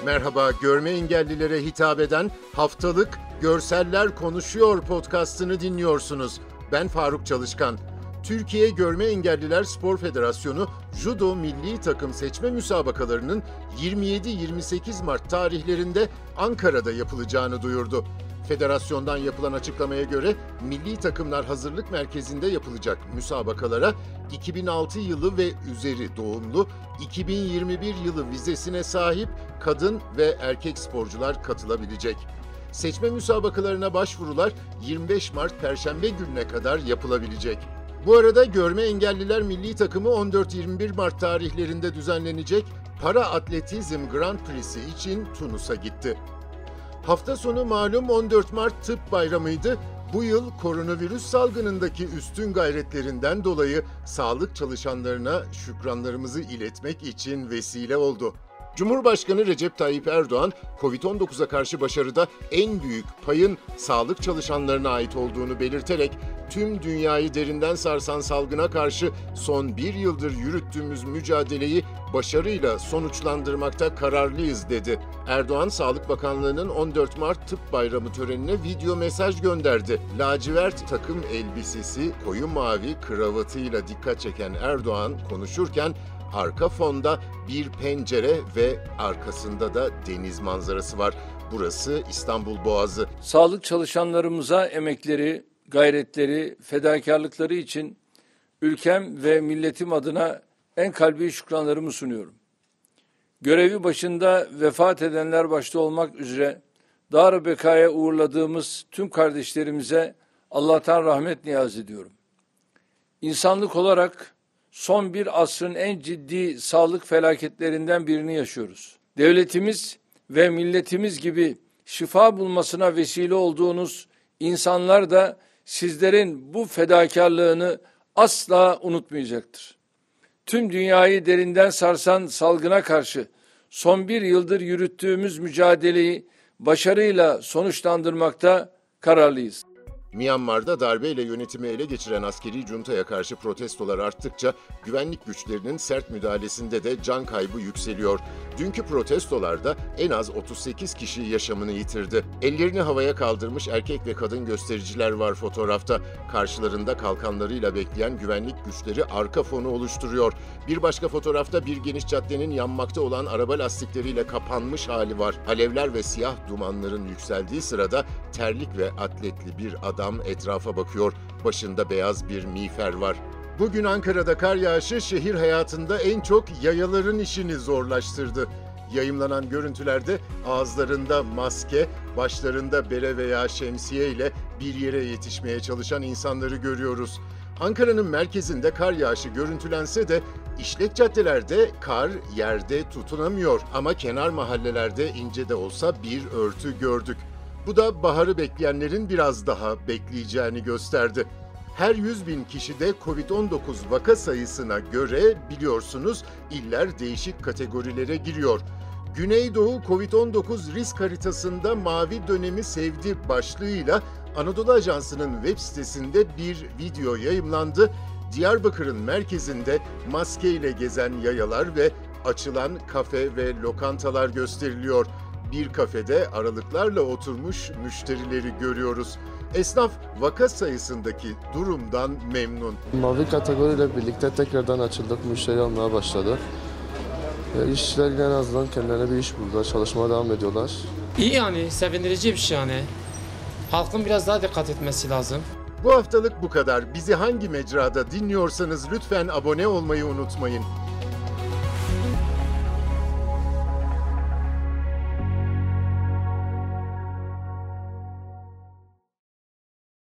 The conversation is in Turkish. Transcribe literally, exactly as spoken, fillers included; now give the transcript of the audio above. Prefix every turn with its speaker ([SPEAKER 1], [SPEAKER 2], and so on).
[SPEAKER 1] Merhaba, görme engellilere hitap eden haftalık Görseller Konuşuyor podcastını dinliyorsunuz. Ben Faruk Çalışkan. Türkiye Görme Engelliler Spor Federasyonu, Judo Milli Takım seçme müsabakalarının yirmi yedi yirmi sekiz Mart tarihlerinde Ankara'da yapılacağını duyurdu. Federasyondan yapılan açıklamaya göre Milli Takımlar Hazırlık Merkezi'nde yapılacak müsabakalara iki bin altı yılı ve üzeri doğumlu, iki bin yirmi bir yılı vizesine sahip kadın ve erkek sporcular katılabilecek. Seçme müsabakalarına başvurular yirmi beş Mart Perşembe gününe kadar yapılabilecek. Bu arada Görme Engelliler Milli Takımı on dört yirmi bir Mart tarihlerinde düzenlenecek Para Atletizm Grand Prix'si için Tunus'a gitti. Hafta sonu malum on dört Mart Tıp Bayramı'ydı. Bu yıl koronavirüs salgınındaki üstün gayretlerinden dolayı sağlık çalışanlarına şükranlarımızı iletmek için vesile oldu. Cumhurbaşkanı Recep Tayyip Erdoğan, kovid on dokuza karşı başarıda en büyük payın sağlık çalışanlarına ait olduğunu belirterek, tüm dünyayı derinden sarsan salgına karşı son bir yıldır yürüttüğümüz mücadeleyi başarıyla sonuçlandırmakta kararlıyız dedi. Erdoğan, Sağlık Bakanlığı'nın on dört Mart Tıp Bayramı törenine video mesaj gönderdi. Lacivert takım elbisesi, koyu mavi kravatıyla dikkat çeken Erdoğan konuşurken, arka fonda bir pencere ve arkasında da deniz manzarası var. Burası İstanbul Boğazı.
[SPEAKER 2] Sağlık çalışanlarımıza emekleri, gayretleri, fedakarlıkları için ülkem ve milletim adına en kalbi şükranlarımı sunuyorum. Görevi başında vefat edenler başta olmak üzere dar-ı bekaya uğurladığımız tüm kardeşlerimize Allah'tan rahmet niyaz ediyorum. İnsanlık olarak son bir asrın en ciddi sağlık felaketlerinden birini yaşıyoruz. Devletimiz ve milletimiz gibi şifa bulmasına vesile olduğunuz insanlar da sizlerin bu fedakarlığını asla unutmayacaktır. Tüm dünyayı derinden sarsan salgına karşı son bir yıldır yürüttüğümüz mücadeleyi başarıyla sonuçlandırmakta kararlıyız.
[SPEAKER 1] Myanmar'da darbeyle yönetimi ele geçiren askeri juntaya karşı protestolar arttıkça güvenlik güçlerinin sert müdahalesinde de can kaybı yükseliyor. Dünkü protestolarda en az otuz sekiz kişi yaşamını yitirdi. Ellerini havaya kaldırmış erkek ve kadın göstericiler var fotoğrafta. Karşılarında kalkanlarıyla bekleyen güvenlik güçleri arka fonu oluşturuyor. Bir başka fotoğrafta bir geniş caddenin yanmakta olan araba lastikleriyle kapanmış hali var. Alevler ve siyah dumanların yükseldiği sırada terlik ve atletli bir adam etrafa bakıyor. Başında beyaz bir miğfer var. Bugün Ankara'da kar yağışı şehir hayatında en çok yayaların işini zorlaştırdı. Yayımlanan görüntülerde ağızlarında maske, başlarında bere veya şemsiye ile bir yere yetişmeye çalışan insanları görüyoruz. Ankara'nın merkezinde kar yağışı görüntülense de işlek caddelerde kar yerde tutunamıyor ama kenar mahallelerde ince de olsa bir örtü gördük. Bu da baharı bekleyenlerin biraz daha bekleyeceğini gösterdi. Her yüz bin kişide kovid on dokuz vaka sayısına göre biliyorsunuz iller değişik kategorilere giriyor. Güneydoğu kovid on dokuz risk haritasında mavi dönemi sevdi başlığıyla Anadolu Ajansı'nın web sitesinde bir video yayımlandı. Diyarbakır'ın merkezinde maskeyle gezen yayalar ve açılan kafe ve lokantalar gösteriliyor. Bir kafede aralıklarla oturmuş müşterileri görüyoruz. Esnaf vaka sayısındaki durumdan memnun.
[SPEAKER 3] Mavi kategoriyle birlikte tekrardan açıldık, müşteri almaya başladı. E, işçiler en azından kendilerine bir iş buldular, çalışmaya devam ediyorlar.
[SPEAKER 4] İyi yani, sevindirici bir şey yani. Halkın biraz daha dikkat etmesi lazım.
[SPEAKER 1] Bu haftalık bu kadar. Bizi hangi mecrada dinliyorsanız lütfen abone olmayı unutmayın.